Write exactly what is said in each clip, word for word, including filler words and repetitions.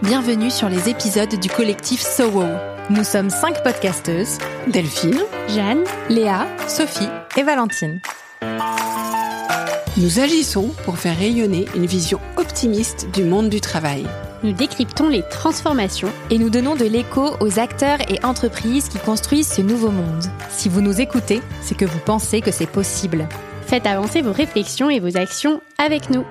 Bienvenue sur les épisodes du collectif So Wow. Nous sommes cinq podcasteuses, Delphine, Jeanne, Léa, Sophie et Valentine. Nous agissons pour faire rayonner une vision optimiste du monde du travail. Nous décryptons les transformations Et nous donnons de l'écho aux acteurs et entreprises qui construisent ce nouveau monde. Si vous nous écoutez, c'est que vous pensez que c'est possible. Faites avancer vos réflexions et vos actions avec nous.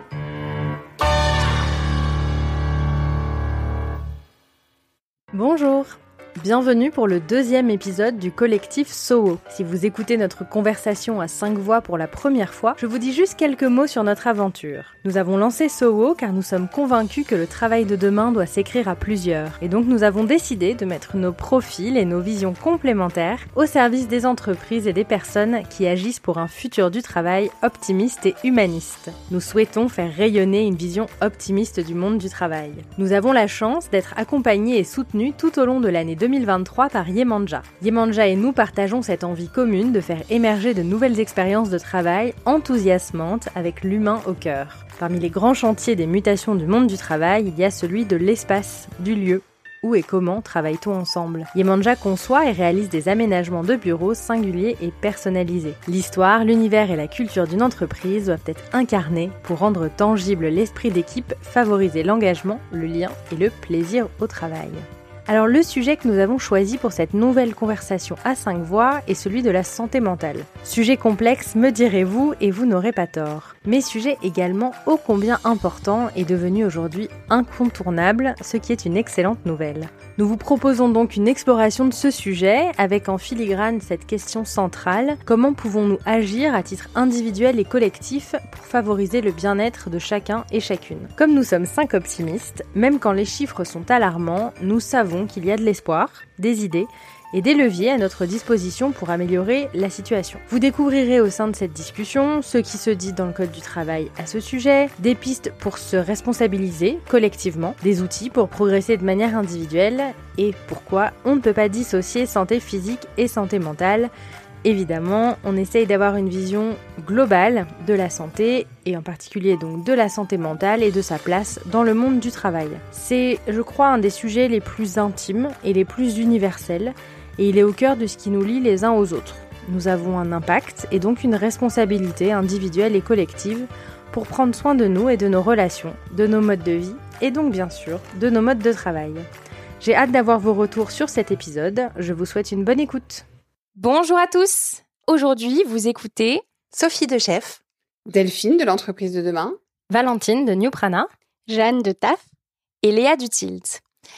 Bonjour, bienvenue pour le deuxième épisode du collectif So Wow. Si vous écoutez notre conversation à cinq voix pour la première fois, je vous dis juste quelques mots sur notre aventure. Nous avons lancé So Wow car nous sommes convaincus que le travail de demain doit s'écrire à plusieurs. Et donc nous avons décidé de mettre nos profils et nos visions complémentaires au service des entreprises et des personnes qui agissent pour un futur du travail optimiste et humaniste. Nous souhaitons faire rayonner une vision optimiste du monde du travail. Nous avons la chance d'être accompagnés et soutenus tout au long de l'année deux mille vingt-trois par Yemanja. Yemanja et nous partageons cette envie commune de faire émerger de nouvelles expériences de travail enthousiasmantes avec l'humain au cœur. Parmi les grands chantiers des mutations du monde du travail, il y a celui de l'espace, du lieu. Où et comment travaille-t-on ensemble ? Yemanja conçoit et réalise des aménagements de bureaux singuliers et personnalisés. L'histoire, l'univers et la culture d'une entreprise doivent être incarnés pour rendre tangible l'esprit d'équipe, favoriser l'engagement, le lien et le plaisir au travail. Alors le sujet que nous avons choisi pour cette nouvelle conversation à cinq voix est celui de la santé mentale. Sujet complexe, me direz-vous, et vous n'aurez pas tort. Mais sujet également ô combien important et devenu aujourd'hui incontournable, ce qui est une excellente nouvelle. Nous vous proposons donc une exploration de ce sujet avec en filigrane cette question centrale: comment pouvons-nous agir à titre individuel et collectif pour favoriser le bien-être de chacun et chacune ? Comme nous sommes cinq optimistes, même quand les chiffres sont alarmants, nous savons qu'il y a de l'espoir, des idées et des leviers à notre disposition pour améliorer la situation. Vous découvrirez au sein de cette discussion ce qui se dit dans le Code du travail à ce sujet, des pistes pour se responsabiliser collectivement, des outils pour progresser de manière individuelle et pourquoi on ne peut pas dissocier santé physique et santé mentale. Évidemment, on essaye d'avoir une vision globale de la santé, et en particulier donc de la santé mentale et de sa place dans le monde du travail. C'est, je crois, un des sujets les plus intimes et les plus universels, et il est au cœur de ce qui nous lie les uns aux autres. Nous avons un impact et donc une responsabilité individuelle et collective pour prendre soin de nous et de nos relations, de nos modes de vie, et donc bien sûr, de nos modes de travail. J'ai hâte d'avoir vos retours sur cet épisode, je vous souhaite une bonne écoute. Bonjour à tous. Aujourd'hui, vous écoutez Sophie de Chef, Delphine de l'entreprise de demain, Valentine de New Prana, Jeanne de T A F et Léa du Tilt.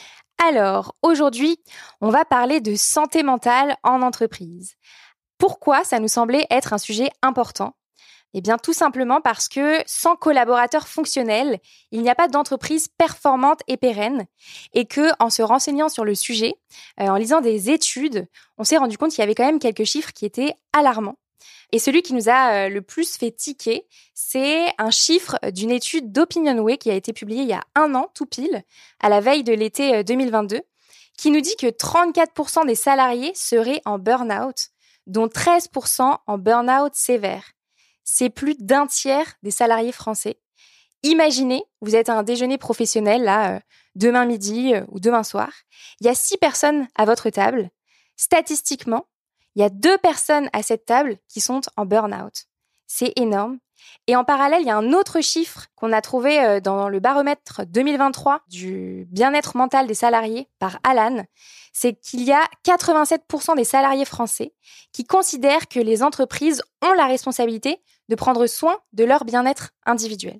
Alors, aujourd'hui, on va parler de santé mentale en entreprise. Pourquoi ça nous semblait être un sujet important ? Eh bien, tout simplement parce que sans collaborateurs fonctionnels, il n'y a pas d'entreprise performante et pérenne. Et que, en se renseignant sur le sujet, euh, en lisant des études, on s'est rendu compte qu'il y avait quand même quelques chiffres qui étaient alarmants. Et celui qui nous a euh, le plus fait tiquer, c'est un chiffre d'une étude d'Opinionway qui a été publiée il y a un an, tout pile, à la veille de l'été deux mille vingt-deux, qui nous dit que trente-quatre pour cent des salariés seraient en burn-out, dont treize pour cent en burn-out sévère. C'est plus d'un tiers des salariés français. Imaginez, vous êtes à un déjeuner professionnel, là, euh, demain midi euh, ou demain soir. Il y a six personnes à votre table. Statistiquement, il y a deux personnes à cette table qui sont en burn-out. C'est énorme. Et en parallèle, il y a un autre chiffre qu'on a trouvé euh, dans le baromètre deux mille vingt-trois du bien-être mental des salariés par Alan. C'est qu'il y a quatre-vingt-sept pour cent des salariés français qui considèrent que les entreprises ont la responsabilité de prendre soin de leur bien-être individuel.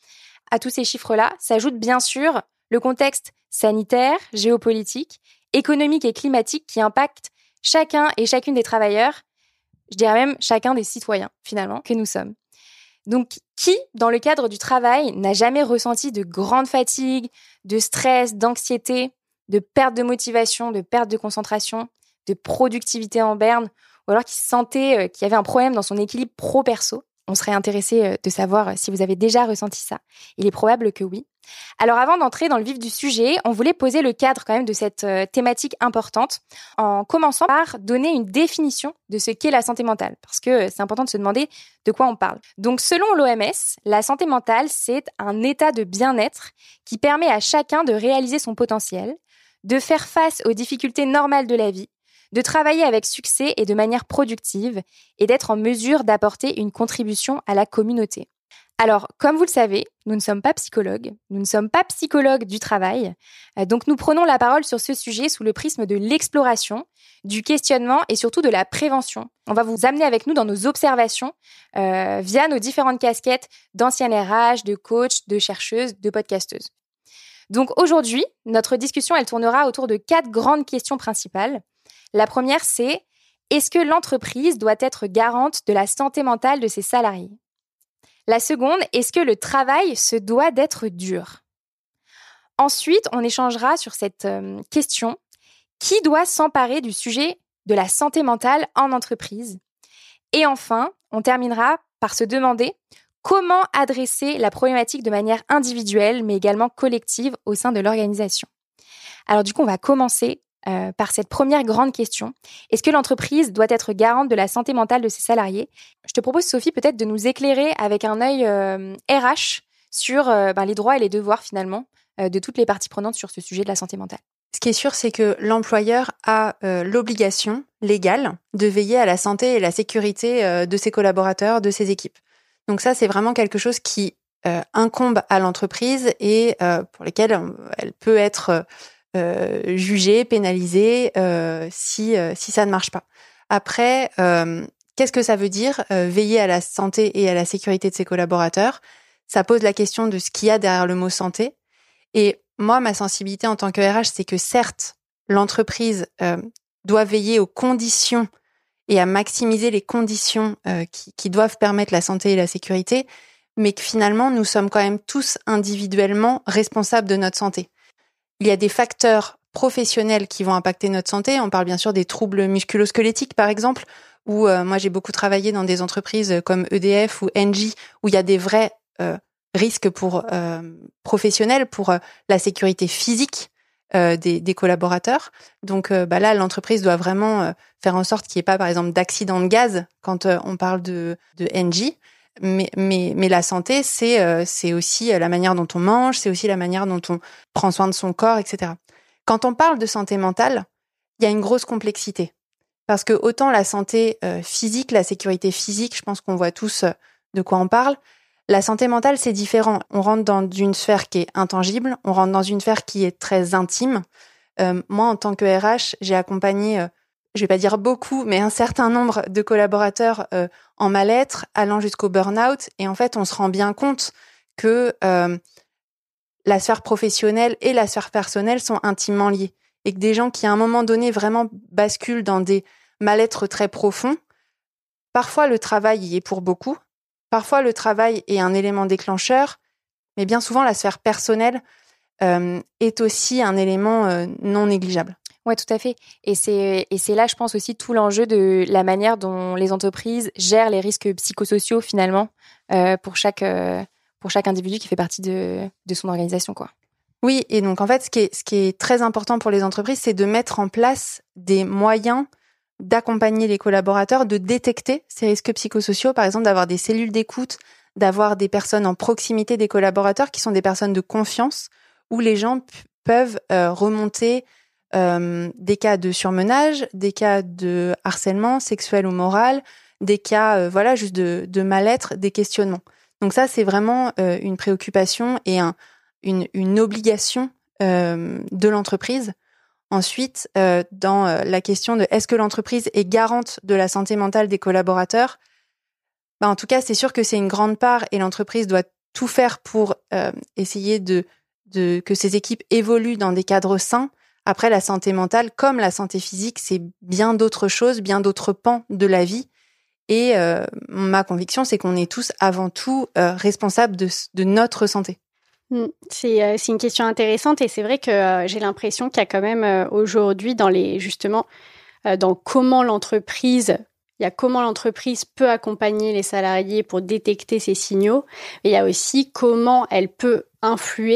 À tous ces chiffres-là s'ajoute bien sûr le contexte sanitaire, géopolitique, économique et climatique qui impacte chacun et chacune des travailleurs, je dirais même chacun des citoyens finalement que nous sommes. Donc, qui, dans le cadre du travail, n'a jamais ressenti de grande fatigue, de stress, d'anxiété, de perte de motivation, de perte de concentration, de productivité en berne, ou alors qui sentait qu'il y avait un problème dans son équilibre pro-perso ? On serait intéressé de savoir si vous avez déjà ressenti ça. Il est probable que oui. Alors avant d'entrer dans le vif du sujet, on voulait poser le cadre quand même de cette euh, thématique importante en commençant par donner une définition de ce qu'est la santé mentale, parce que c'est important de se demander de quoi on parle. Donc selon l'O M S, la santé mentale, c'est un état de bien-être qui permet à chacun de réaliser son potentiel, de faire face aux difficultés normales de la vie, de travailler avec succès et de manière productive et d'être en mesure d'apporter une contribution à la communauté. Alors, comme vous le savez, nous ne sommes pas psychologues, nous ne sommes pas psychologues du travail, donc nous prenons la parole sur ce sujet sous le prisme de l'exploration, du questionnement et surtout de la prévention. On va vous amener avec nous dans nos observations euh, via nos différentes casquettes d'ancienne R H, de coach, de chercheuse, de podcasteuse. Donc aujourd'hui, notre discussion, elle tournera autour de quatre grandes questions principales. La première, c'est « Est-ce que l'entreprise doit être garante de la santé mentale de ses salariés ?» La seconde, est-ce que le travail se doit d'être dur ? Ensuite, on échangera sur cette euh, question, qui doit s'emparer du sujet de la santé mentale en entreprise ? Et enfin, on terminera par se demander comment adresser la problématique de manière individuelle, mais également collective au sein de l'organisation. Alors du coup, on va commencer Euh, par cette première grande question. Est-ce que l'entreprise doit être garante de la santé mentale de ses salariés ? Je te propose, Sophie, peut-être de nous éclairer avec un œil euh, R H sur euh, ben, les droits et les devoirs, finalement, euh, de toutes les parties prenantes sur ce sujet de la santé mentale. Ce qui est sûr, c'est que l'employeur a euh, l'obligation légale de veiller à la santé et la sécurité euh, de ses collaborateurs, de ses équipes. Donc ça, c'est vraiment quelque chose qui euh, incombe à l'entreprise et euh, pour lesquels euh, elle peut être... Euh, Euh, jugé, pénalisé euh, si euh, si ça ne marche pas. Après, euh, qu'est-ce que ça veut dire euh, veiller à la santé et à la sécurité de ses collaborateurs ? Ça pose la question de ce qu'il y a derrière le mot santé. Et moi, ma sensibilité en tant que R H, c'est que certes, l'entreprise euh, doit veiller aux conditions et à maximiser les conditions euh, qui, qui doivent permettre la santé et la sécurité, mais que finalement, nous sommes quand même tous individuellement responsables de notre santé. Il y a des facteurs professionnels qui vont impacter notre santé. On parle bien sûr des troubles musculo-squelettiques, par exemple, où euh, moi, j'ai beaucoup travaillé dans des entreprises comme E D F ou Engie, où il y a des vrais euh, risques pour euh, professionnels, pour euh, la sécurité physique euh, des, des collaborateurs. Donc euh, bah là, l'entreprise doit vraiment euh, faire en sorte qu'il n'y ait pas, par exemple, d'accident de gaz quand euh, on parle de, de Engie. Mais, mais, mais la santé, c'est, euh, c'est aussi la manière dont on mange, c'est aussi la manière dont on prend soin de son corps, et cetera. Quand on parle de santé mentale, il y a une grosse complexité. Parce que autant la santé euh, physique, la sécurité physique, je pense qu'on voit tous euh, de quoi on parle. La santé mentale, c'est différent. On rentre dans une sphère qui est intangible, on rentre dans une sphère qui est très intime. Euh, moi, en tant que R H, j'ai accompagné... Euh, je vais pas dire beaucoup, mais un certain nombre de collaborateurs euh, en mal-être, allant jusqu'au burn-out. Et en fait, on se rend bien compte que euh, la sphère professionnelle et la sphère personnelle sont intimement liées. Et que des gens qui, à un moment donné, vraiment basculent dans des mal-être très profonds, parfois le travail y est pour beaucoup, parfois le travail est un élément déclencheur, mais bien souvent, la sphère personnelle euh, est aussi un élément euh, non négligeable. Ouais, tout à fait. Et c'est, et c'est là, je pense aussi, tout l'enjeu de la manière dont les entreprises gèrent les risques psychosociaux, finalement, euh, pour chaque, euh, pour chaque individu qui fait partie de, de son organisation, quoi. Oui, et donc, en fait, ce qui est, ce qui est très important pour les entreprises, c'est de mettre en place des moyens d'accompagner les collaborateurs, de détecter ces risques psychosociaux, par exemple, d'avoir des cellules d'écoute, d'avoir des personnes en proximité des collaborateurs qui sont des personnes de confiance, où les gens p- peuvent euh, remonter Euh, des cas de surmenage, des cas de harcèlement sexuel ou moral, des cas euh, voilà juste de, de mal-être, des questionnements. Donc ça, c'est vraiment euh, une préoccupation et un, une, une obligation euh, de l'entreprise. Ensuite, euh, dans euh, la question de est-ce que l'entreprise est garante de la santé mentale des collaborateurs, bah, en tout cas, c'est sûr que c'est une grande part et l'entreprise doit tout faire pour euh, essayer de, de que ses équipes évoluent dans des cadres sains. Après, la santé mentale, comme la santé physique, c'est bien d'autres choses, bien d'autres pans de la vie. Et euh, ma conviction, c'est qu'on est tous avant tout euh, responsables de, de notre santé. C'est, euh, c'est une question intéressante et c'est vrai que euh, j'ai l'impression qu'il y a quand même euh, aujourd'hui dans les justement euh, dans comment l'entreprise, il y a comment l'entreprise peut accompagner les salariés pour détecter ces signaux. Et il y a aussi comment elle peut influer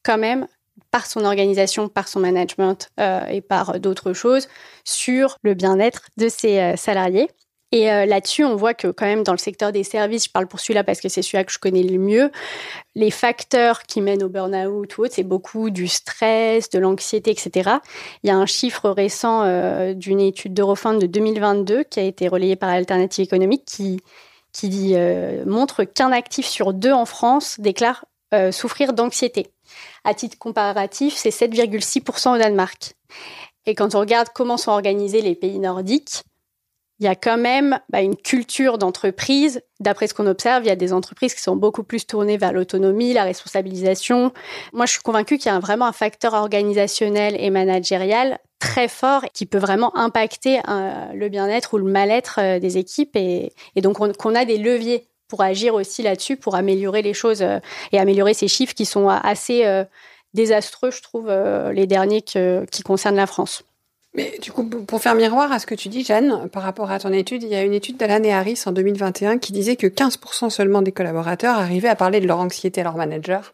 quand même par son organisation, par son management euh, et par d'autres choses sur le bien-être de ses euh, salariés. Et euh, là-dessus, on voit que quand même dans le secteur des services, je parle pour celui-là parce que c'est celui-là que je connais le mieux, les facteurs qui mènent au burn-out ou autre, c'est beaucoup du stress, de l'anxiété, et cetera. Il y a un chiffre récent euh, d'une étude d'Eurofound de deux mille vingt-deux qui a été relayée par Alternative économique qui, qui euh, montre qu'un actif sur deux en France déclare euh, souffrir d'anxiété. À titre comparatif, c'est sept virgule six pour cent au Danemark. Et quand on regarde comment sont organisés les pays nordiques, il y a quand même bah, une culture d'entreprise. D'après ce qu'on observe, il y a des entreprises qui sont beaucoup plus tournées vers l'autonomie, la responsabilisation. Moi, je suis convaincue qu'il y a vraiment un facteur organisationnel et managérial très fort qui peut vraiment impacter euh, le bien-être ou le mal-être euh, des équipes. Et, et donc, on, qu'on a des leviers pour agir aussi là-dessus, pour améliorer les choses euh, et améliorer ces chiffres qui sont assez euh, désastreux, je trouve, euh, les derniers que, qui concernent la France. Mais du coup, pour faire miroir à ce que tu dis, Jeanne, par rapport à ton étude, il y a une étude d'Alan et Harris en deux mille vingt et un qui disait que quinze pour cent seulement des collaborateurs arrivaient à parler de leur anxiété à leur manager.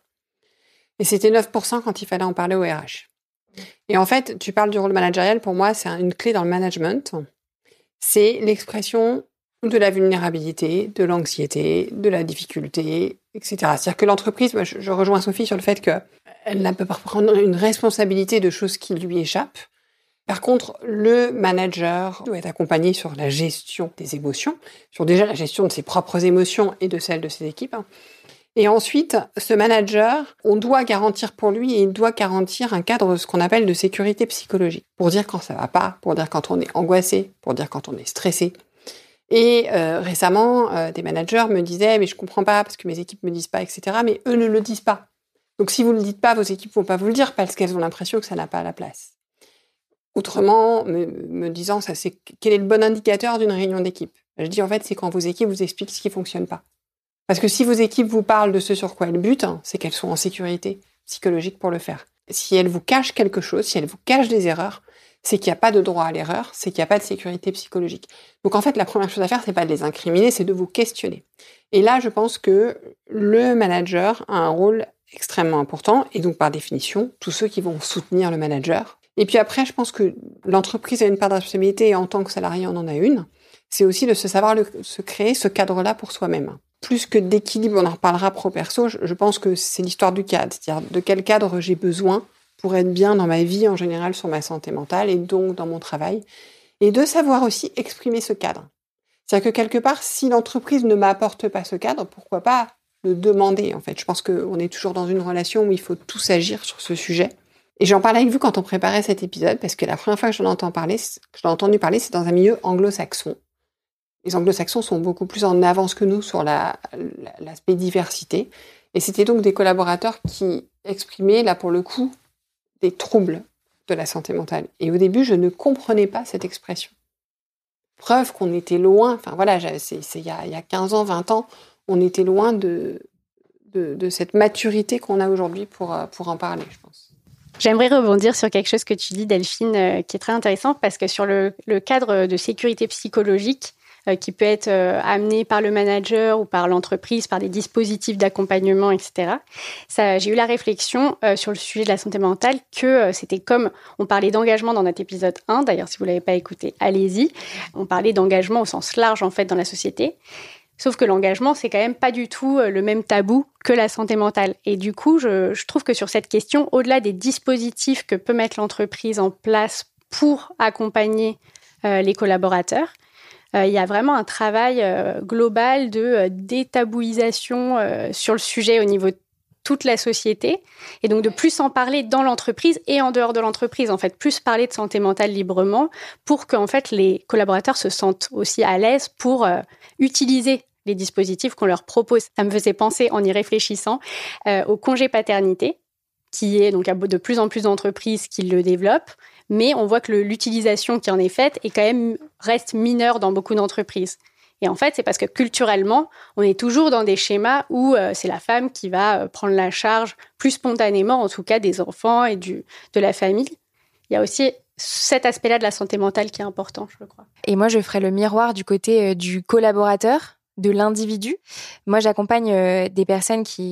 Et c'était neuf pour cent quand il fallait en parler au R H. Et en fait, tu parles du rôle managérial, pour moi, c'est une clé dans le management. C'est l'expression de la vulnérabilité, de l'anxiété, de la difficulté, et cetera. C'est-à-dire que l'entreprise, moi, je, je rejoins Sophie sur le fait qu'elle n'a pas prendre une responsabilité de choses qui lui échappent. Par contre, le manager doit être accompagné sur la gestion des émotions, sur déjà la gestion de ses propres émotions et de celles de ses équipes. Et ensuite, ce manager, on doit garantir pour lui et il doit garantir un cadre, ce qu'on appelle de sécurité psychologique, pour dire quand ça va pas, pour dire quand on est angoissé, pour dire quand on est stressé. Et euh, récemment, euh, des managers me disaient « mais je comprends pas parce que mes équipes me disent pas, et cetera » Mais eux ne le disent pas. Donc si vous ne le dites pas, vos équipes vont pas vous le dire parce qu'elles ont l'impression que ça n'a pas la place. Autrement, me, me disant, ça, c'est quel est le bon indicateur d'une réunion d'équipe? Je dis, en fait, c'est quand vos équipes vous expliquent ce qui fonctionne pas. Parce que si vos équipes vous parlent de ce sur quoi elles butent, hein, c'est qu'elles sont en sécurité psychologique pour le faire. Si elles vous cachent quelque chose, si elles vous cachent des erreurs, c'est qu'il n'y a pas de droit à l'erreur, c'est qu'il n'y a pas de sécurité psychologique. Donc, en fait, la première chose à faire, c'est pas de les incriminer, c'est de vous questionner. Et là, je pense que le manager a un rôle extrêmement important, et donc, par définition, tous ceux qui vont soutenir le manager. Et puis après, je pense que l'entreprise a une part de responsabilité et en tant que salarié, on en a une. C'est aussi de se savoir le, se créer ce cadre-là pour soi-même. Plus que d'équilibre, on en reparlera pro-perso, je, je pense que c'est l'histoire du cadre. C'est-à-dire de quel cadre j'ai besoin pour être bien dans ma vie en général sur ma santé mentale et donc dans mon travail. Et de savoir aussi exprimer ce cadre. C'est-à-dire que quelque part, si l'entreprise ne m'apporte pas ce cadre, pourquoi pas le demander en fait. Je pense qu'on est toujours dans une relation où il faut tous agir sur ce sujet. Et j'en parlais avec vous quand on préparait cet épisode, parce que la première fois que je l'ai entendu parler, que je l'ai entendu parler, c'est dans un milieu anglo-saxon. Les anglo-saxons sont beaucoup plus en avance que nous sur la, la, l'aspect diversité. Et c'était donc des collaborateurs qui exprimaient, là pour le coup, des troubles de la santé mentale. Et au début, je ne comprenais pas cette expression. Preuve qu'on était loin, enfin voilà, c'est, c'est il y a, il y a quinze ans, vingt ans, on était loin de, de, de cette maturité qu'on a aujourd'hui pour, pour en parler, je pense. J'aimerais rebondir sur quelque chose que tu dis, Delphine, euh, qui est très intéressant, parce que sur le, le cadre de sécurité psychologique, euh, qui peut être euh, amené par le manager ou par l'entreprise, par des dispositifs d'accompagnement, et cetera, ça, j'ai eu la réflexion euh, sur le sujet de la santé mentale que euh, c'était comme, on parlait d'engagement dans notre épisode un, d'ailleurs, si vous ne l'avez pas écouté, allez-y. On parlait d'engagement au sens large, en fait, dans la société. Sauf que l'engagement, c'est quand même pas du tout le même tabou que la santé mentale. Et du coup, je, je trouve que sur cette question, au-delà des dispositifs que peut mettre l'entreprise en place pour accompagner euh, les collaborateurs, euh, il y a vraiment un travail euh, global de euh, détabouisation euh, sur le sujet au niveau de toute la société. Et donc, de plus en parler dans l'entreprise et en dehors de l'entreprise. En fait, plus parler de santé mentale librement pour que, en fait, les collaborateurs se sentent aussi à l'aise pour euh, utiliser les dispositifs qu'on leur propose. Ça me faisait penser, en y réfléchissant, euh, au congé paternité, qui est donc de plus en plus d'entreprises qui le développent, mais on voit que le, l'utilisation qui en est faite est quand même, reste mineure dans beaucoup d'entreprises. Et en fait, c'est parce que culturellement, on est toujours dans des schémas où euh, c'est la femme qui va euh, prendre la charge plus spontanément, en tout cas, des enfants et du, de la famille. Il y a aussi cet aspect-là de la santé mentale qui est important, je crois. Et moi, je ferais le miroir du côté euh, du collaborateur, de l'individu. Moi, j'accompagne euh, des personnes qui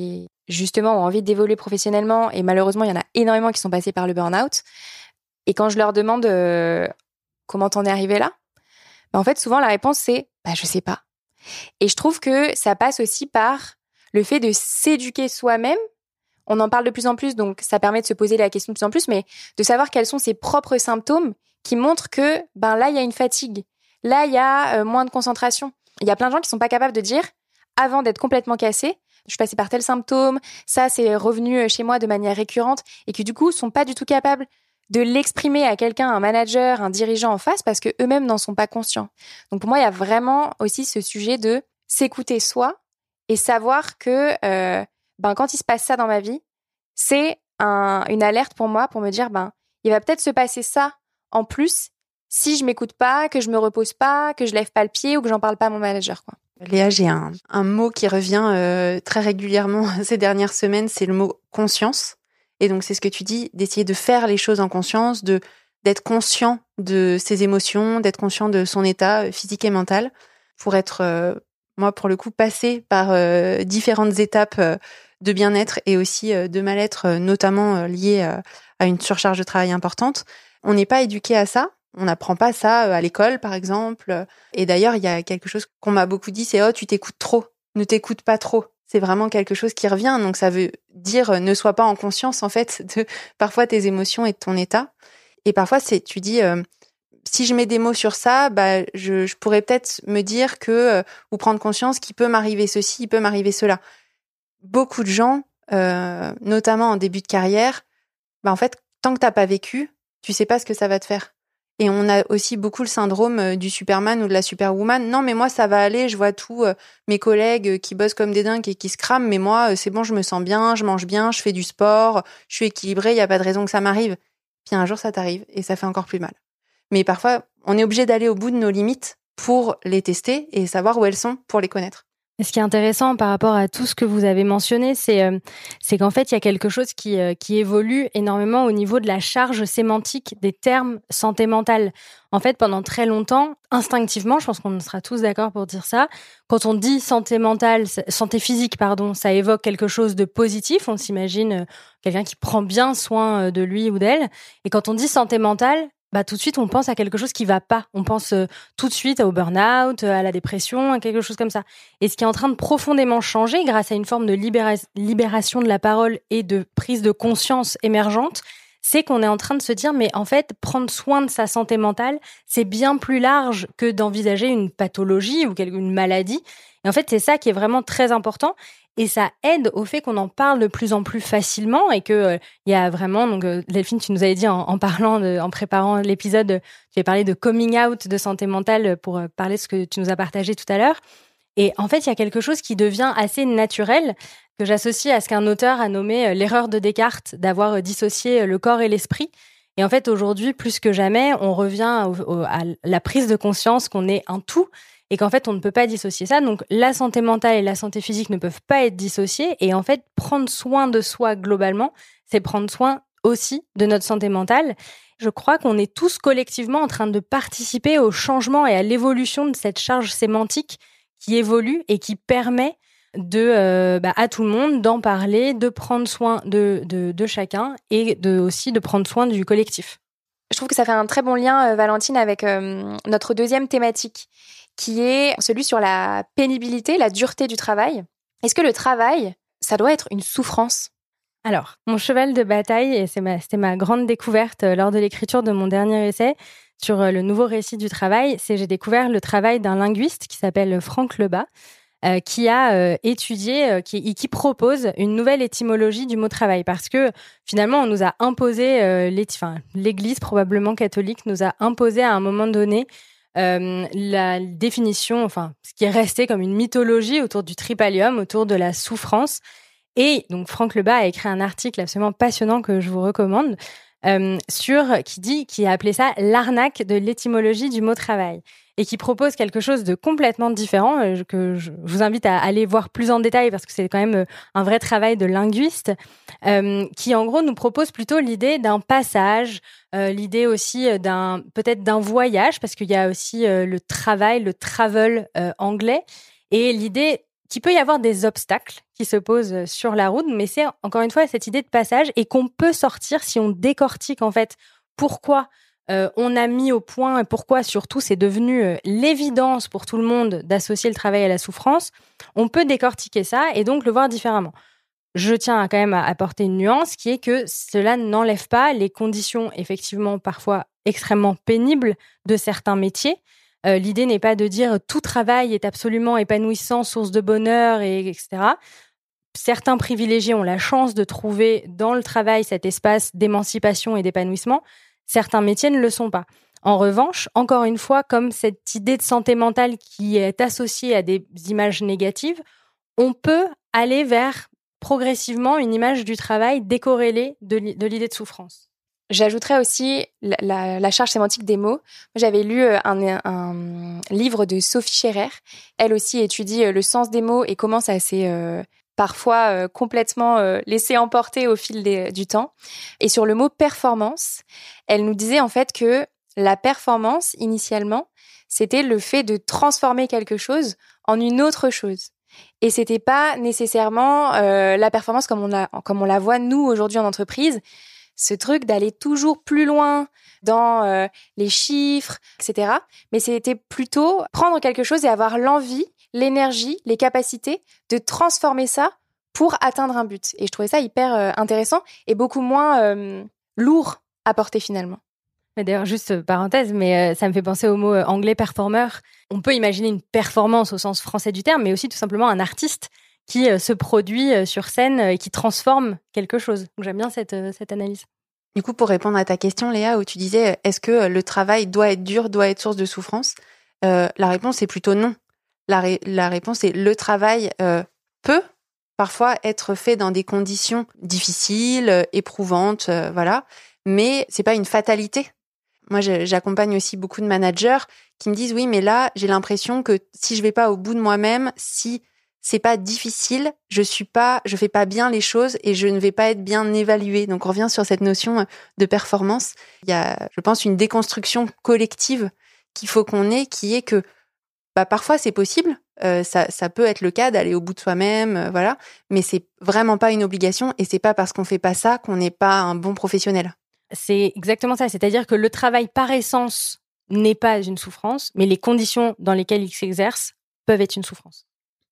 justement ont envie d'évoluer professionnellement, et malheureusement, il y en a énormément qui sont passés par le burn-out. Et quand je leur demande euh, comment t'en es arrivé là, bah, en fait, souvent, la réponse, c'est bah, « je sais pas ». Et je trouve que ça passe aussi par le fait de s'éduquer soi-même. On en parle de plus en plus, donc ça permet de se poser la question de plus en plus, mais de savoir quels sont ses propres symptômes qui montrent que ben là, il y a une fatigue. Là, il y a euh, moins de concentration. Il y a plein de gens qui sont pas capables de dire, avant d'être complètement cassés, je suis passée par tel symptôme, ça, c'est revenu chez moi de manière récurrente, et qui du coup sont pas du tout capables de l'exprimer à quelqu'un, un manager, un dirigeant en face, parce que eux-mêmes n'en sont pas conscients. Donc pour moi, il y a vraiment aussi ce sujet de s'écouter soi et savoir que euh, ben quand il se passe ça dans ma vie, c'est un, une alerte pour moi pour me dire ben il va peut-être se passer ça en plus si je m'écoute pas, que je me repose pas, que je lève pas le pied ou que j'en parle pas à mon manager, quoi. Léa, j'ai un, un mot qui revient euh, très régulièrement ces dernières semaines, c'est le mot conscience. Et donc, c'est ce que tu dis, d'essayer de faire les choses en conscience, de d'être conscient de ses émotions, d'être conscient de son état physique et mental, pour être, euh, moi, pour le coup, passé par euh, différentes étapes euh, de bien-être et aussi euh, de mal-être, euh, notamment euh, liées euh, à une surcharge de travail importante. On n'est pas éduqué à ça. On n'apprend pas ça euh, à l'école, par exemple. Et d'ailleurs, il y a quelque chose qu'on m'a beaucoup dit, c'est « Oh, tu t'écoutes trop, ne t'écoute pas trop ». C'est vraiment quelque chose qui revient. Donc, ça veut dire ne sois pas en conscience, en fait, de parfois tes émotions et de ton état. Et parfois, c'est, tu dis, euh, si je mets des mots sur ça, bah, je, je pourrais peut-être me dire que, euh, ou prendre conscience qu'il peut m'arriver ceci, il peut m'arriver cela. Beaucoup de gens, euh, notamment en début de carrière, bah, en fait, tant que t'as pas vécu, tu sais pas ce que ça va te faire. Et on a aussi beaucoup le syndrome du Superman ou de la Superwoman. Non, mais moi, ça va aller. Je vois tous euh, mes collègues qui bossent comme des dingues et qui se crament. Mais moi, euh, c'est bon, je me sens bien, je mange bien, je fais du sport, je suis équilibrée, il n'y a pas de raison que ça m'arrive. Puis un jour, ça t'arrive et ça fait encore plus mal. Mais parfois, on est obligé d'aller au bout de nos limites pour les tester et savoir où elles sont pour les connaître. Et ce qui est intéressant par rapport à tout ce que vous avez mentionné, c'est euh, c'est qu'en fait, il y a quelque chose qui euh, qui évolue énormément au niveau de la charge sémantique des termes santé mentale. En fait, pendant très longtemps, instinctivement, je pense qu'on sera tous d'accord pour dire ça, quand on dit santé mentale, santé physique, pardon, ça évoque quelque chose de positif. On s'imagine euh, quelqu'un qui prend bien soin de lui ou d'elle. Et quand on dit santé mentale, bah tout de suite on pense à quelque chose qui va pas, on pense euh, tout de suite au burn-out, à la dépression, à quelque chose comme ça. Et ce qui est en train de profondément changer grâce à une forme de libéra- libération de la parole et de prise de conscience émergente, c'est qu'on est en train de se dire mais en fait prendre soin de sa santé mentale, c'est bien plus large que d'envisager une pathologie ou une maladie. Et en fait, c'est ça qui est vraiment très important. Et ça aide au fait qu'on en parle de plus en plus facilement et que euh, il y a vraiment, donc euh, Delphine, tu nous avais dit en, en parlant, de, en préparant l'épisode, euh, tu avais parlé de coming out de santé mentale pour euh, parler de ce que tu nous as partagé tout à l'heure. Et en fait, il y a quelque chose qui devient assez naturel que j'associe à ce qu'un auteur a nommé euh, l'erreur de Descartes, d'avoir euh, dissocié le corps et l'esprit. Et en fait, aujourd'hui, plus que jamais, on revient au, au, à la prise de conscience qu'on est un tout. Et qu'en fait, on ne peut pas dissocier ça. Donc, la santé mentale et la santé physique ne peuvent pas être dissociées. Et en fait, prendre soin de soi globalement, c'est prendre soin aussi de notre santé mentale. Je crois qu'on est tous collectivement en train de participer au changement et à l'évolution de cette charge sémantique qui évolue et qui permet de, euh, bah, à tout le monde d'en parler, de prendre soin de, de, de chacun et de, aussi de prendre soin du collectif. Je trouve que ça fait un très bon lien, euh, Valentine, avec euh, notre deuxième thématique, qui est celui sur la pénibilité, la dureté du travail. Est-ce que le travail, ça doit être une souffrance ? Alors, mon cheval de bataille, et c'est ma, c'était ma grande découverte lors de l'écriture de mon dernier essai sur le nouveau récit du travail, c'est j'ai découvert le travail d'un linguiste qui s'appelle Franck Lebas, euh, qui a euh, étudié, euh, qui, qui propose une nouvelle étymologie du mot travail, parce que finalement, on nous a imposé, euh, l'éti- enfin, l'Église probablement catholique nous a imposé à un moment donné Euh, la définition, enfin, ce qui est resté comme une mythologie autour du tripalium, autour de la souffrance. Et donc, Franck Lebas a écrit un article absolument passionnant que je vous recommande, euh, sur, qui dit, qui a appelé ça l'arnaque de l'étymologie du mot travail. Et qui propose quelque chose de complètement différent, euh, que je vous invite à aller voir plus en détail parce que c'est quand même un vrai travail de linguiste, euh, qui en gros nous propose plutôt l'idée d'un passage, euh, l'idée aussi d'un, peut-être d'un voyage, parce qu'il y a aussi euh, le travail, le travel euh, anglais, et l'idée qu'il peut y avoir des obstacles qui se posent sur la route, mais c'est encore une fois cette idée de passage et qu'on peut sortir si on décortique en fait pourquoi euh, on a mis au point et pourquoi surtout c'est devenu euh, l'évidence pour tout le monde d'associer le travail à la souffrance. On peut décortiquer ça et donc le voir différemment. Je tiens à quand même à apporter une nuance qui est que cela n'enlève pas les conditions effectivement parfois extrêmement pénibles de certains métiers. Euh, l'idée n'est pas de dire tout travail est absolument épanouissant, source de bonheur, et, etc. Certains privilégiés ont la chance de trouver dans le travail cet espace d'émancipation et d'épanouissement. Certains métiers ne le sont pas. En revanche, encore une fois, comme cette idée de santé mentale qui est associée à des images négatives, on peut aller vers progressivement une image du travail décorrélée de, li- de l'idée de souffrance. J'ajouterais aussi la, la, la charge sémantique des mots. Moi, j'avais lu un, un livre de Sophie Scherer. Elle aussi étudie le sens des mots et comment ça s'est euh, parfois euh, complètement euh, laissé emporter au fil des, du temps. Et sur le mot performance, elle nous disait en fait que la performance, initialement, c'était le fait de transformer quelque chose en une autre chose. Et c'était pas nécessairement euh, la performance comme on la, comme on la voit nous aujourd'hui en entreprise. Ce truc d'aller toujours plus loin dans euh, les chiffres, et cetera. Mais c'était plutôt prendre quelque chose et avoir l'envie, l'énergie, les capacités de transformer ça pour atteindre un but. Et je trouvais ça hyper euh, intéressant et beaucoup moins euh, lourd à porter finalement. Mais d'ailleurs, juste parenthèse, mais euh, ça me fait penser au mot euh, anglais performer. On peut imaginer une performance au sens français du terme, mais aussi tout simplement un artiste qui euh, se produit euh, sur scène et qui transforme quelque chose. Donc j'aime bien cette, euh, cette analyse. Du coup, pour répondre à ta question, Léa, où tu disais est-ce que le travail doit être dur, doit être source de souffrance, euh, la réponse est plutôt non. La, ré- la réponse est le travail euh, peut parfois être fait dans des conditions difficiles, euh, éprouvantes, euh, voilà, mais c'est pas une fatalité. Moi, je, j'accompagne aussi beaucoup de managers qui me disent oui, mais là, j'ai l'impression que si je vais pas au bout de moi-même, si c'est pas difficile, je suis pas, je fais pas bien les choses et je ne vais pas être bien évaluée. Donc, on revient sur cette notion de performance. Il y a, je pense, une déconstruction collective qu'il faut qu'on ait, qui est que, bah, parfois c'est possible, euh, ça, ça peut être le cas d'aller au bout de soi-même, euh, voilà, mais c'est vraiment pas une obligation et c'est pas parce qu'on fait pas ça qu'on n'est pas un bon professionnel. C'est exactement ça. C'est-à-dire que le travail par essence n'est pas une souffrance, mais les conditions dans lesquelles il s'exerce peuvent être une souffrance.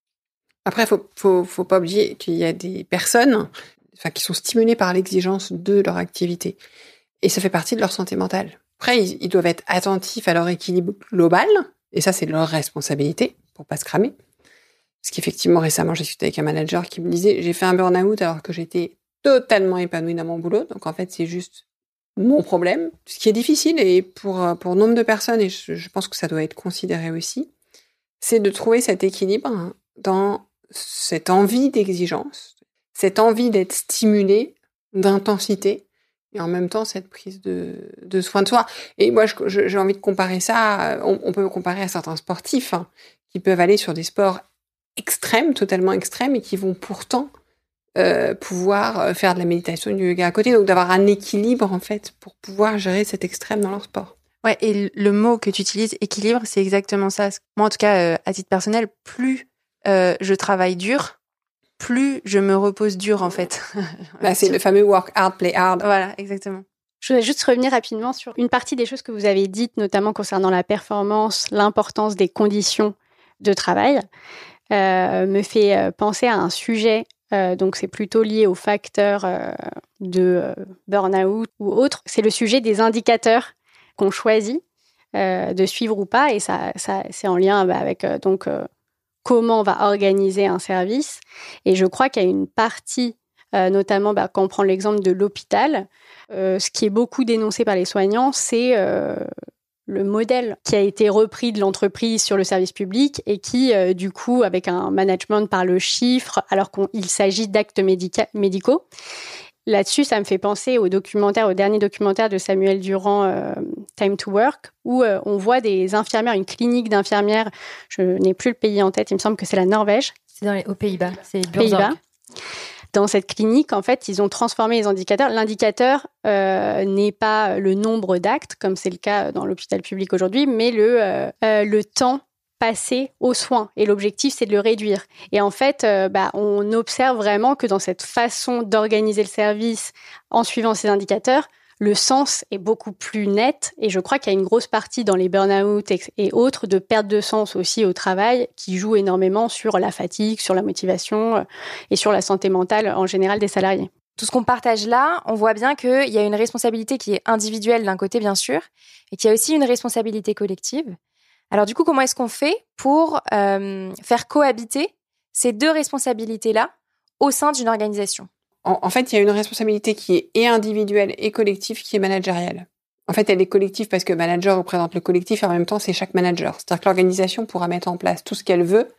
Après, faut, faut, faut pas oublier qu'il y a des personnes, enfin, qui sont stimulées par l'exigence de leur activité. Et ça fait partie de leur santé mentale. Après, ils, ils doivent être attentifs à leur équilibre global. Et ça, c'est leur responsabilité pour pas se cramer. Parce qu'effectivement, récemment, j'ai discuté avec un manager qui me disait, j'ai fait un burn-out alors que j'étais totalement épanouie dans mon boulot. Donc, en fait, c'est juste mon problème. Ce qui est difficile et pour, pour nombre de personnes, et je, je pense que ça doit être considéré aussi, c'est de trouver cet équilibre dans cette envie d'exigence, cette envie d'être stimulé, d'intensité, et en même temps cette prise de, de soin de soi. Et moi, je, je, j'ai envie de comparer ça, on, on peut comparer à certains sportifs hein, qui peuvent aller sur des sports extrêmes, totalement extrêmes, et qui vont pourtant euh, pouvoir faire de la méditation, du yoga à côté, donc d'avoir un équilibre en fait pour pouvoir gérer cet extrême dans leur sport. Ouais, et le mot que tu utilises, équilibre, c'est exactement ça. Moi, en tout cas, euh, à titre personnel, plus Euh, je travaille dur, plus je me repose dur en fait. Là, c'est le fameux work hard, play hard. Voilà, exactement. Je voudrais juste revenir rapidement sur une partie des choses que vous avez dites, notamment concernant la performance, l'importance des conditions de travail, euh, me fait penser à un sujet, euh, donc c'est plutôt lié aux facteurs euh, de euh, burn-out ou autres, c'est le sujet des indicateurs qu'on choisit euh, de suivre ou pas, et ça, ça c'est en lien bah, avec euh, donc euh, comment on va organiser un service. Et je crois qu'il y a une partie, euh, notamment bah, quand on prend l'exemple de l'hôpital, euh, ce qui est beaucoup dénoncé par les soignants, c'est euh, le modèle qui a été repris de l'entreprise sur le service public et qui, euh, du coup, avec un management par le chiffre, alors qu'il s'agit d'actes médica- médicaux. Là-dessus, ça me fait penser au documentaire, au dernier documentaire de Samuel Durand, euh, Time to Work, où euh, on voit des infirmières, une clinique d'infirmières, je n'ai plus le pays en tête, il me semble que c'est la Norvège. C'est dans les, aux Pays-Bas, c'est Pays-Bas. Dans cette clinique, en fait, ils ont transformé les indicateurs. L'indicateur euh, n'est pas le nombre d'actes, comme c'est le cas dans l'hôpital public aujourd'hui, mais le, euh, euh, le temps passer aux soins. Et l'objectif, c'est de le réduire. Et en fait, euh, bah, on observe vraiment que dans cette façon d'organiser le service en suivant ces indicateurs, le sens est beaucoup plus net. Et je crois qu'il y a une grosse partie dans les burn-out et autres de perte de sens aussi au travail qui joue énormément sur la fatigue, sur la motivation et sur la santé mentale en général des salariés. Tout ce qu'on partage là, on voit bien qu'il y a une responsabilité qui est individuelle d'un côté, bien sûr, et qu'il y a aussi une responsabilité collective. Alors du coup, comment est-ce qu'on fait pour euh, faire cohabiter ces deux responsabilités-là au sein d'une organisation ? En, en fait, il y a une responsabilité qui est et individuelle et collective qui est managériale. En fait, elle est collective parce que manager représente le collectif et en même temps, c'est chaque manager. C'est-à-dire que l'organisation pourra mettre en place tout ce qu'elle veut.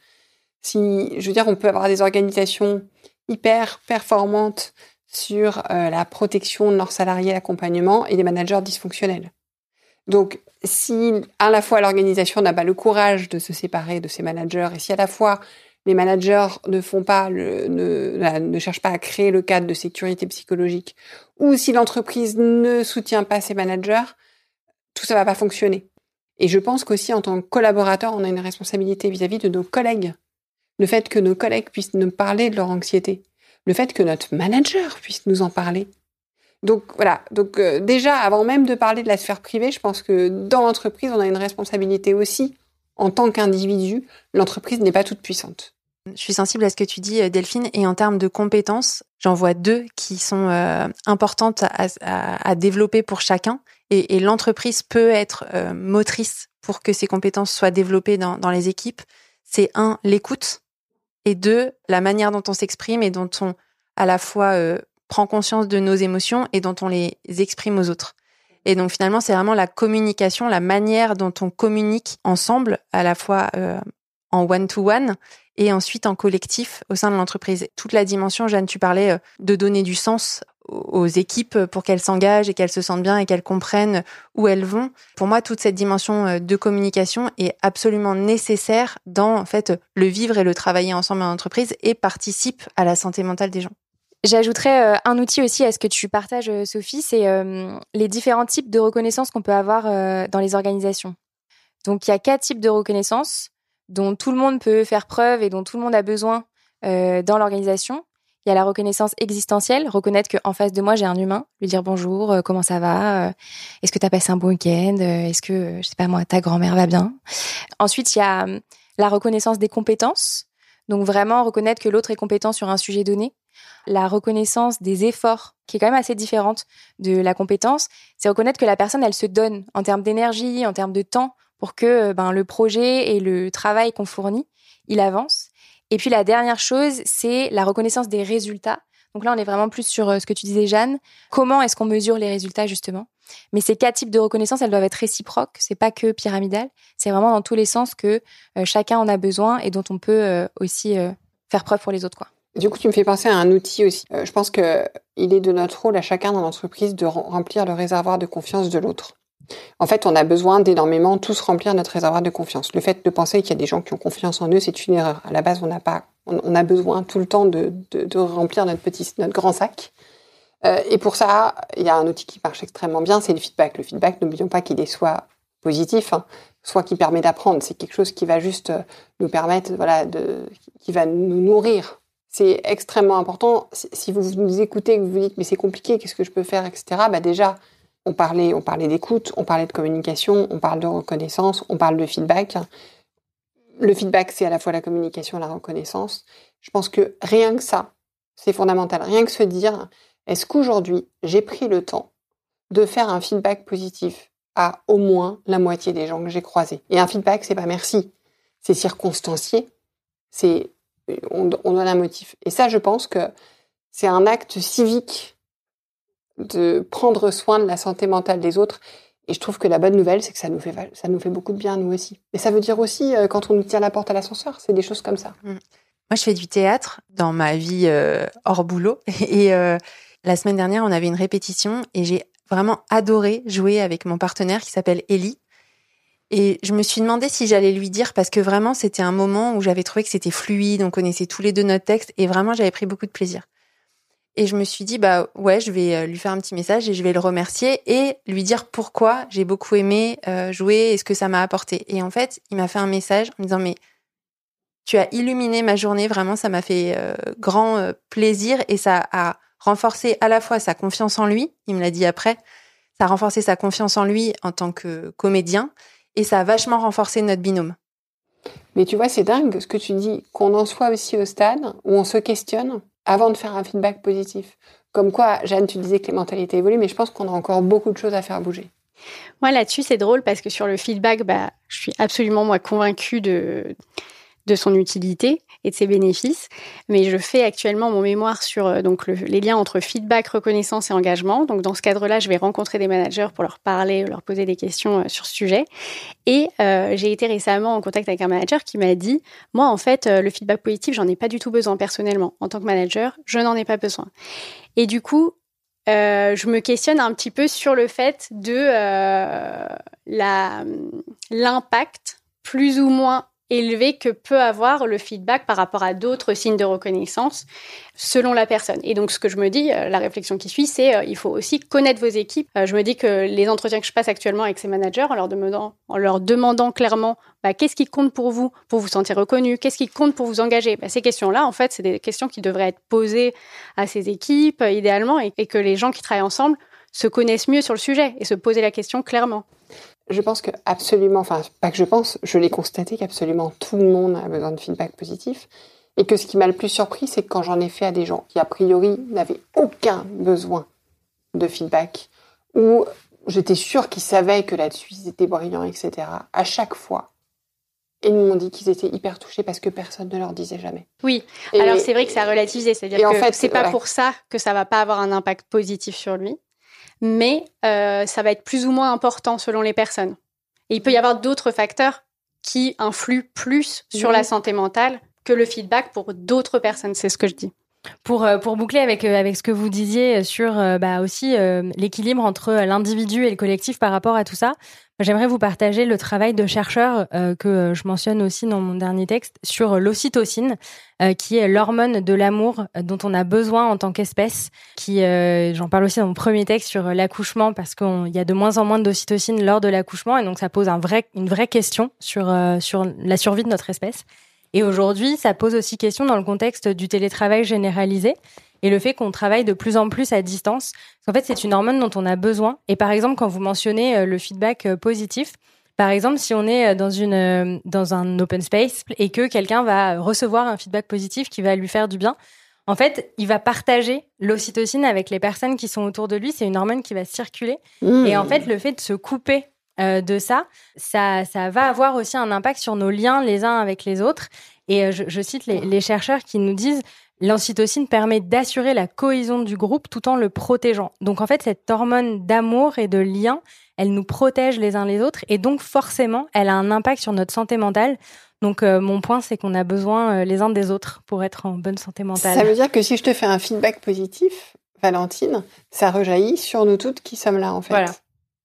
Si, je veux dire, on peut avoir des organisations hyper performantes sur euh, la protection de leurs salariés, l'accompagnement, et des managers dysfonctionnels. Donc, si à la fois l'organisation n'a pas le courage de se séparer de ses managers, et si à la fois les managers ne font pas, le, ne, ne cherchent pas à créer le cadre de sécurité psychologique, ou si l'entreprise ne soutient pas ses managers, tout ça va pas fonctionner. Et je pense qu'aussi en tant que collaborateur, on a une responsabilité vis-à-vis de nos collègues. Le fait que nos collègues puissent nous parler de leur anxiété. Le fait que notre manager puisse nous en parler. Donc voilà, donc euh, déjà avant même de parler de la sphère privée, je pense que dans l'entreprise, on a une responsabilité aussi en tant qu'individu. L'entreprise n'est pas toute puissante. Je suis sensible à ce que tu dis, Delphine, et en termes de compétences, j'en vois deux qui sont euh, importantes à, à, à développer pour chacun, et, et l'entreprise peut être euh, motrice pour que ces compétences soient développées dans, dans les équipes. C'est un, l'écoute, et deux, la manière dont on s'exprime et dont on, à la fois, euh, prend conscience de nos émotions et dont on les exprime aux autres. Et donc, finalement, c'est vraiment la communication, la manière dont on communique ensemble, à la fois euh, en one-to-one et ensuite en collectif au sein de l'entreprise. Toute la dimension, Jeanne, tu parlais euh, de donner du sens aux équipes pour qu'elles s'engagent et qu'elles se sentent bien et qu'elles comprennent où elles vont. Pour moi, toute cette dimension de communication est absolument nécessaire dans, en fait, le vivre et le travailler ensemble en entreprise et participe à la santé mentale des gens. J'ajouterais euh, un outil aussi à ce que tu partages, euh, Sophie, c'est euh, les différents types de reconnaissance qu'on peut avoir euh, dans les organisations. Donc, il y a quatre types de reconnaissance dont tout le monde peut faire preuve et dont tout le monde a besoin euh, dans l'organisation. Il y a la reconnaissance existentielle, reconnaître qu'en face de moi, j'ai un humain, lui dire bonjour, euh, comment ça va, euh, est-ce que tu as passé un bon week-end, euh, est-ce que, euh, je sais pas moi, ta grand-mère va bien. Ensuite, il y a euh, la reconnaissance des compétences, donc vraiment reconnaître que l'autre est compétent sur un sujet donné. La reconnaissance des efforts, qui est quand même assez différente de la compétence, c'est reconnaître que la personne, elle se donne en termes d'énergie, en termes de temps, pour que ben, le projet et le travail qu'on fournit, il avance. Et puis la dernière chose, c'est la reconnaissance des résultats. Donc là, on est vraiment plus sur ce que tu disais, Jeanne. Comment est-ce qu'on mesure les résultats, justement ? Mais ces quatre types de reconnaissance, elles doivent être réciproques. C'est pas que pyramidal. C'est vraiment dans tous les sens que euh, chacun en a besoin et dont on peut euh, aussi euh, faire preuve pour les autres, quoi. Du coup, tu me fais penser à un outil aussi. Euh, je pense que il est de notre rôle à chacun dans l'entreprise de remplir le réservoir de confiance de l'autre. En fait, on a besoin d'énormément tous remplir notre réservoir de confiance. Le fait de penser qu'il y a des gens qui ont confiance en eux, c'est une erreur. À la base, on n'a pas, on, on a besoin tout le temps de, de, de remplir notre petit, notre grand sac. Euh, et pour ça, il y a un outil qui marche extrêmement bien, c'est le feedback. Le feedback, n'oublions pas qu'il est soit positif, hein, soit qui permet d'apprendre. C'est quelque chose qui va juste nous permettre, voilà, de, qui va nous nourrir. C'est extrêmement important. Si vous nous écoutez, que vous vous dites mais c'est compliqué, qu'est-ce que je peux faire, et cetera. Bah déjà. On parlait, on parlait d'écoute, on parlait de communication, on parle de reconnaissance, on parle de feedback. Le feedback, c'est à la fois la communication et la reconnaissance. Je pense que rien que ça, c'est fondamental. Rien que se dire, est-ce qu'aujourd'hui, j'ai pris le temps de faire un feedback positif à au moins la moitié des gens que j'ai croisés. Et un feedback, c'est pas merci. C'est circonstancié. C'est, on, on donne un motif. Et ça, je pense que c'est un acte civique de prendre soin de la santé mentale des autres. Et je trouve que la bonne nouvelle, c'est que ça nous fait, ça nous fait beaucoup de bien, nous aussi. Et ça veut dire aussi, euh, quand on nous tient la porte à l'ascenseur, c'est des choses comme ça. Moi, je fais du théâtre dans ma vie euh, hors boulot. Et euh, la semaine dernière, on avait une répétition et j'ai vraiment adoré jouer avec mon partenaire qui s'appelle Ellie. Et je me suis demandé si j'allais lui dire, parce que vraiment, c'était un moment où j'avais trouvé que c'était fluide, on connaissait tous les deux notre texte, et vraiment, j'avais pris beaucoup de plaisir. Et je me suis dit, bah ouais, je vais lui faire un petit message et je vais le remercier et lui dire pourquoi j'ai beaucoup aimé euh, jouer et ce que ça m'a apporté. Et en fait, il m'a fait un message en me disant, mais tu as illuminé ma journée, vraiment, ça m'a fait euh, grand euh, plaisir et ça a renforcé à la fois sa confiance en lui, il me l'a dit après, ça a renforcé sa confiance en lui en tant que comédien et ça a vachement renforcé notre binôme. Mais tu vois, c'est dingue ce que tu dis, qu'on en soit aussi au stade où on se questionne avant de faire un feedback positif. Comme quoi, Jeanne, tu disais que les mentalités évoluent, mais je pense qu'on a encore beaucoup de choses à faire bouger. Moi, là-dessus, c'est drôle parce que sur le feedback, bah, je suis absolument, moi, convaincue de, de son utilité et de ses bénéfices. Mais je fais actuellement mon mémoire sur euh, donc le, les liens entre feedback, reconnaissance et engagement. Donc, dans ce cadre-là, je vais rencontrer des managers pour leur parler, leur poser des questions euh, sur ce sujet. Et euh, j'ai été récemment en contact avec un manager qui m'a dit « Moi, en fait, euh, le feedback positif, j'en ai pas du tout besoin personnellement. En tant que manager, je n'en ai pas besoin. » Et du coup, euh, je me questionne un petit peu sur le fait de euh, la, l'impact plus ou moins élevé que peut avoir le feedback par rapport à d'autres signes de reconnaissance selon la personne. Et donc, ce que je me dis, la réflexion qui suit, c'est euh, il faut aussi connaître vos équipes. Euh, je me dis que les entretiens que je passe actuellement avec ces managers, en leur demandant, en leur demandant clairement bah, qu'est-ce qui compte pour vous, pour vous sentir reconnu, qu'est-ce qui compte pour vous engager, bah, ces questions-là, en fait, c'est des questions qui devraient être posées à ces équipes, euh, idéalement, et, et que les gens qui travaillent ensemble se connaissent mieux sur le sujet et se poser la question clairement. Je pense que absolument, enfin pas que je pense, je l'ai constaté qu'absolument tout le monde a besoin de feedback positif et que ce qui m'a le plus surpris, c'est que quand j'en ai fait à des gens qui a priori n'avaient aucun besoin de feedback ou j'étais sûre qu'ils savaient que là-dessus ils étaient brillants, et cetera. À chaque fois, ils m'ont dit qu'ils étaient hyper touchés parce que personne ne leur disait jamais. Oui, et, alors c'est vrai que ça a relativisé, c'est-à-dire que en fait, c'est pas ouais. pour ça que ça va pas avoir un impact positif sur lui. Mais euh, ça va être plus ou moins important selon les personnes. Et il peut y avoir d'autres facteurs qui influent plus sur mmh. la santé mentale que le feedback pour d'autres personnes, c'est ce que je dis. Pour, pour boucler avec, avec ce que vous disiez sur bah, aussi euh, l'équilibre entre l'individu et le collectif par rapport à tout ça, j'aimerais vous partager le travail de chercheurs euh, que je mentionne aussi dans mon dernier texte sur l'ocytocine, euh, qui est l'hormone de l'amour dont on a besoin en tant qu'espèce. Qui, euh, j'en parle aussi dans mon premier texte sur l'accouchement parce qu'il y a de moins en moins d'ocytocine lors de l'accouchement et donc ça pose un vrai, une vraie question sur, euh, sur la survie de notre espèce. Et aujourd'hui, ça pose aussi question dans le contexte du télétravail généralisé et le fait qu'on travaille de plus en plus à distance. En fait, c'est une hormone dont on a besoin. Et par exemple, quand vous mentionnez le feedback positif, par exemple, si on est dans une dans un open space et que quelqu'un va recevoir un feedback positif qui va lui faire du bien, en fait, il va partager l'ocytocine avec les personnes qui sont autour de lui. C'est une hormone qui va circuler. Mmh. Et en fait, le fait de se couper Euh, de ça, ça, ça va avoir aussi un impact sur nos liens les uns avec les autres. Et euh, je, je cite les, les chercheurs qui nous disent l'ocytocine permet d'assurer la cohésion du groupe tout en le protégeant. Donc en fait, cette hormone d'amour et de lien, elle nous protège les uns les autres et donc forcément, elle a un impact sur notre santé mentale. Donc euh, mon point, c'est qu'on a besoin euh, les uns des autres pour être en bonne santé mentale. Ça veut dire que si je te fais un feedback positif, Valentine, ça rejaillit sur nous toutes qui sommes là en fait. Voilà.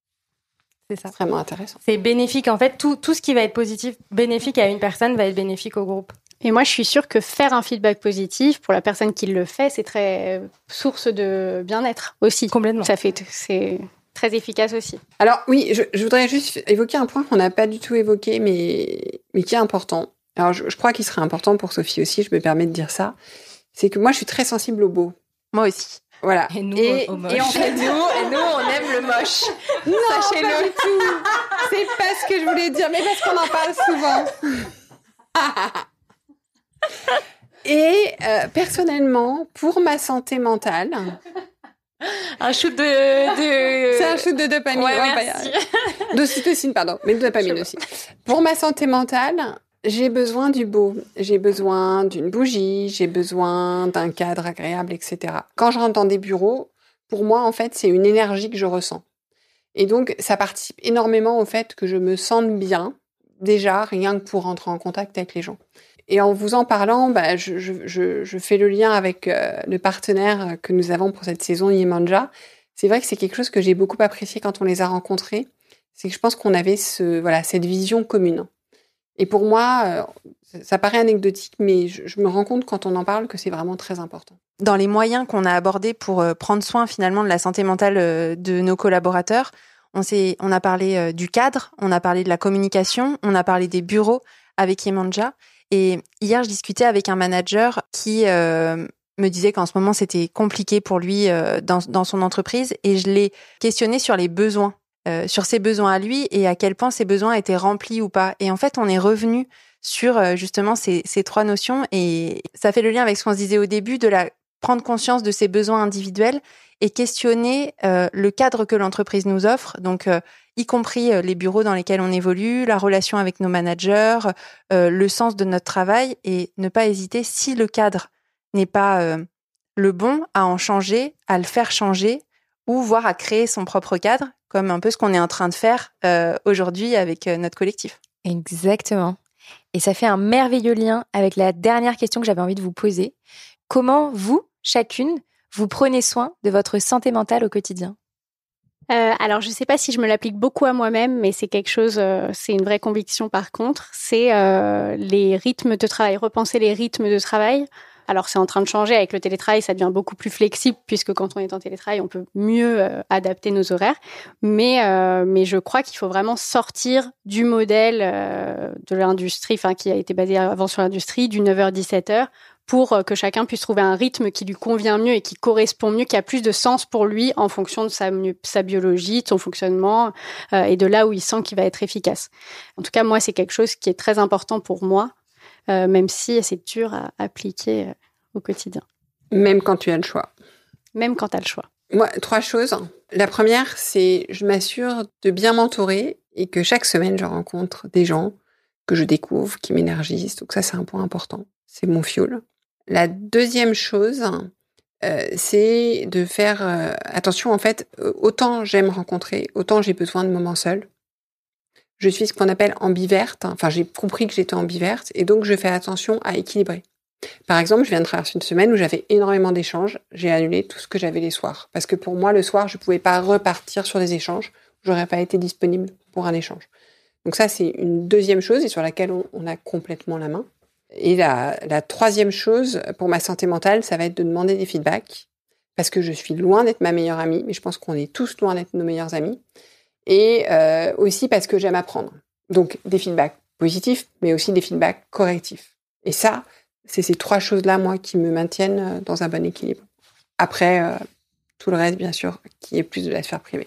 C'est ça. C'est vraiment intéressant. C'est bénéfique. En fait, tout, tout ce qui va être positif, bénéfique à une personne, va être bénéfique au groupe. Et moi, je suis sûre que faire un feedback positif, pour la personne qui le fait, c'est très source de bien-être aussi. Complètement. Ça fait, c'est très efficace aussi. Alors oui, je, je voudrais juste évoquer un point qu'on n'a pas du tout évoqué, mais, mais qui est important. Alors je, je crois qu'il serait important pour Sophie aussi, je me permets de dire ça. C'est que moi, je suis très sensible au beau. Moi aussi. Voilà. Et nous, et, au moche. Et en fait, nous, et nous, on aime le moche. Non, sachez-le. Pas du tout. C'est pas ce que je voulais dire, mais parce qu'on en parle souvent. Et euh, personnellement, pour ma santé mentale... Un shoot de... de... C'est un shoot de dopamine. Ouais, ouais, merci. Pas... D'ocytocine, pardon, mais de dopamine aussi. Pour ma santé mentale... J'ai besoin du beau, j'ai besoin d'une bougie, j'ai besoin d'un cadre agréable, et cetera. Quand je rentre dans des bureaux, pour moi, en fait, c'est une énergie que je ressens. Et donc, ça participe énormément au fait que je me sente bien, déjà, rien que pour rentrer en contact avec les gens. Et en vous en parlant, bah, je, je, je, je fais le lien avec euh, le partenaire que nous avons pour cette saison, Yemanja. C'est vrai que c'est quelque chose que j'ai beaucoup apprécié quand on les a rencontrés. C'est que je pense qu'on avait ce, voilà, cette vision commune. Et pour moi, euh, ça paraît anecdotique, mais je, je me rends compte quand on en parle que c'est vraiment très important. Dans les moyens qu'on a abordés pour euh, prendre soin finalement de la santé mentale euh, de nos collaborateurs, on, s'est, on a parlé euh, du cadre, on a parlé de la communication, on a parlé des bureaux avec Yemanja. Et hier, je discutais avec un manager qui euh, me disait qu'en ce moment, c'était compliqué pour lui euh, dans, dans son entreprise. Et je l'ai questionné sur les besoins, euh, sur ses besoins à lui et à quel point ses besoins étaient remplis ou pas. Et en fait, on est revenu sur euh, justement ces, ces trois notions. Et ça fait le lien avec ce qu'on se disait au début, de la prendre conscience de ses besoins individuels et questionner euh, le cadre que l'entreprise nous offre, donc euh, y compris euh, les bureaux dans lesquels on évolue, la relation avec nos managers, euh, le sens de notre travail, et ne pas hésiter, si le cadre n'est pas euh, le bon, à en changer, à le faire changer, ou voire à créer son propre cadre, comme un peu ce qu'on est en train de faire euh, aujourd'hui avec euh, notre collectif. Exactement. Et ça fait un merveilleux lien avec la dernière question que j'avais envie de vous poser. Comment vous, chacune, vous prenez soin de votre santé mentale au quotidien ? Euh, alors, je ne sais pas si je me l'applique beaucoup à moi-même, mais c'est quelque chose, euh, c'est une vraie conviction par contre, c'est euh, les rythmes de travail, repenser les rythmes de travail. Alors, c'est en train de changer avec le télétravail, ça devient beaucoup plus flexible puisque quand on est en télétravail, on peut mieux euh, adapter nos horaires. Mais, euh, mais je crois qu'il faut vraiment sortir du modèle euh, de l'industrie, enfin qui a été basé avant sur l'industrie, du neuf heures dix-sept heures, pour que chacun puisse trouver un rythme qui lui convient mieux et qui correspond mieux, qui a plus de sens pour lui en fonction de sa, sa biologie, de son fonctionnement euh, et de là où il sent qu'il va être efficace. En tout cas, moi, c'est quelque chose qui est très important pour moi, euh, même si c'est dur à appliquer euh, au quotidien. Même quand tu as le choix. Même quand tu as le choix. Moi, trois choses. La première, c'est je m'assure de bien m'entourer et que chaque semaine, je rencontre des gens que je découvre, qui m'énergisent. Donc ça, c'est un point important. C'est mon fuel. La deuxième chose, euh, c'est de faire euh, attention. En fait, autant j'aime rencontrer, autant j'ai besoin de moments seuls. Je suis ce qu'on appelle ambiverte. Enfin, j'ai compris que j'étais ambiverte et donc je fais attention à équilibrer. Par exemple, je viens de traverser une semaine où j'avais énormément d'échanges. J'ai annulé tout ce que j'avais les soirs. Parce que pour moi, le soir, je ne pouvais pas repartir sur des échanges. Je n'aurais pas été disponible pour un échange. Donc ça, c'est une deuxième chose et sur laquelle on, on a complètement la main. Et la, la troisième chose pour ma santé mentale, ça va être de demander des feedbacks. Parce que je suis loin d'être ma meilleure amie, mais je pense qu'on est tous loin d'être nos meilleurs amis. Et euh, aussi parce que j'aime apprendre. Donc des feedbacks positifs, mais aussi des feedbacks correctifs. Et ça, c'est ces trois choses-là, moi, qui me maintiennent dans un bon équilibre. Après, euh, tout le reste, bien sûr, qui est plus de la sphère privée.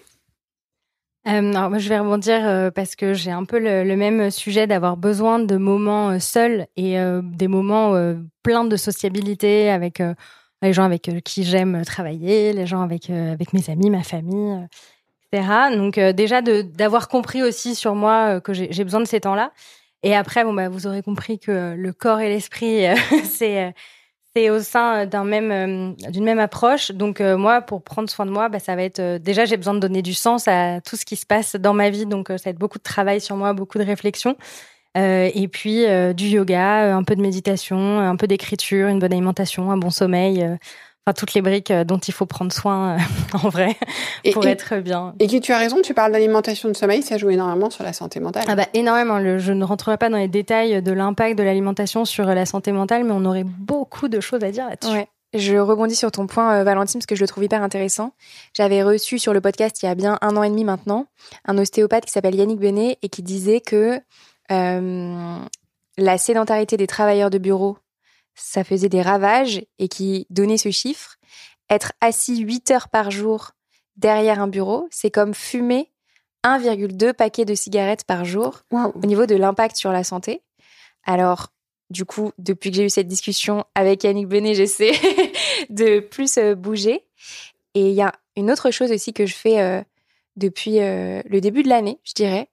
Euh, alors moi, je vais rebondir euh, parce que j'ai un peu le, le même sujet d'avoir besoin de moments euh, seuls et euh, des moments euh, pleins de sociabilité avec euh, les gens avec euh, qui j'aime travailler, les gens avec euh, avec mes amis, ma famille, euh, et cetera. Donc euh, déjà de d'avoir compris aussi sur moi euh, que j'ai, j'ai besoin de ces temps-là. Et après, bon bah vous aurez compris que le corps et l'esprit, euh, c'est euh, c'est au sein d'un même euh, d'une même approche. Donc euh, moi, pour prendre soin de moi, bah ça va être euh, déjà j'ai besoin de donner du sens à tout ce qui se passe dans ma vie. Donc euh, ça va être beaucoup de travail sur moi, beaucoup de réflexion, euh, et puis euh, du yoga, un peu de méditation, un peu d'écriture, une bonne alimentation, un bon sommeil. Euh, Enfin, toutes les briques dont il faut prendre soin, euh, en vrai, pour et, être bien. Et qui tu as raison, tu parles d'alimentation, de sommeil, ça joue énormément sur la santé mentale. Ah bah, énormément. Le, je ne rentrerai pas dans les détails de l'impact de l'alimentation sur la santé mentale, mais on aurait beaucoup de choses à dire là-dessus. Ouais. Je rebondis sur ton point, euh, Valentine, parce que je le trouve hyper intéressant. J'avais reçu sur le podcast il y a bien un an et demi maintenant, un ostéopathe qui s'appelle Yannick Benet et qui disait que euh, la sédentarité des travailleurs de bureau, ça faisait des ravages et qui donnait ce chiffre. Être assis huit heures par jour derrière un bureau, c'est comme fumer un virgule deux paquets de cigarettes par jour. Wow. Au niveau de l'impact sur la santé. Alors, du coup, depuis que j'ai eu cette discussion avec Yannick Benet, j'essaie de plus bouger. Et il y a une autre chose aussi que je fais euh, depuis euh, le début de l'année, je dirais.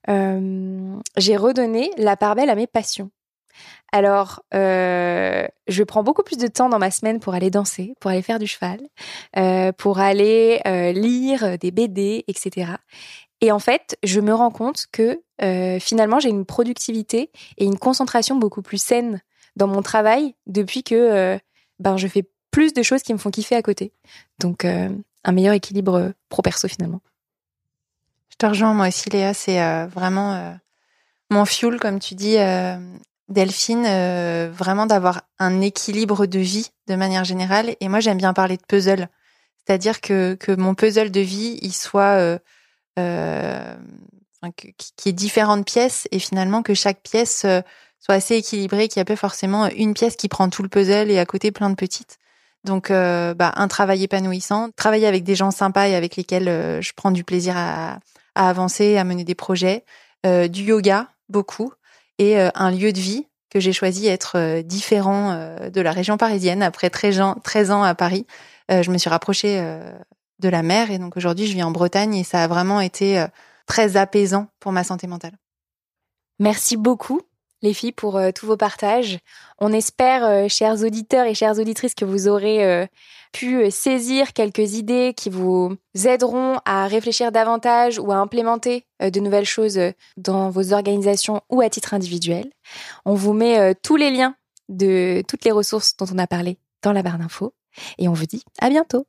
Euh, j'ai redonné la part belle à mes passions. Alors, euh, je prends beaucoup plus de temps dans ma semaine pour aller danser, pour aller faire du cheval, euh, pour aller euh, lire des B D, et cetera. Et en fait, je me rends compte que euh, finalement, j'ai une productivité et une concentration beaucoup plus saine dans mon travail depuis que euh, ben, je fais plus de choses qui me font kiffer à côté. Donc, euh, un meilleur équilibre pro-perso finalement. Je te rejoins, moi aussi, Léa. C'est euh, vraiment... Euh... mon fuel, comme tu dis, euh, Delphine, euh, vraiment d'avoir un équilibre de vie de manière générale. Et moi, j'aime bien parler de puzzle. C'est-à-dire que, que mon puzzle de vie, il soit... Euh, euh, enfin, que, qu'il y ait différentes pièces et finalement que chaque pièce euh, soit assez équilibrée, qu'il n'y a pas forcément une pièce qui prend tout le puzzle et à côté plein de petites. Donc, euh, bah, un travail épanouissant, travailler avec des gens sympas et avec lesquels euh, je prends du plaisir à, à avancer, à mener des projets, euh, du yoga, beaucoup, et euh, un lieu de vie que j'ai choisi être euh, différent euh, de la région parisienne. Après treize ans à Paris, euh, je me suis rapprochée euh, de la mer et donc aujourd'hui, je vis en Bretagne et ça a vraiment été euh, très apaisant pour ma santé mentale. Merci beaucoup, les filles, pour euh, tous vos partages. On espère, euh, chers auditeurs et chères auditrices, que vous aurez euh, pu euh, saisir quelques idées qui vous aideront à réfléchir davantage ou à implémenter euh, de nouvelles choses euh, dans vos organisations ou à titre individuel. On vous met euh, tous les liens de toutes les ressources dont on a parlé dans la barre d'infos et on vous dit à bientôt.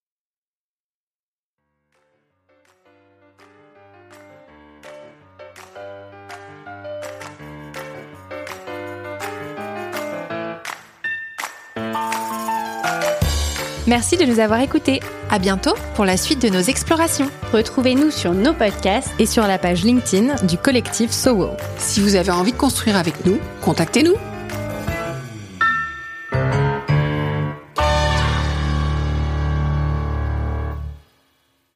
Merci de nous avoir écoutés. À bientôt pour la suite de nos explorations. Retrouvez-nous sur nos podcasts et sur la page LinkedIn du collectif SoWo. Si vous avez envie de construire avec nous, contactez-nous.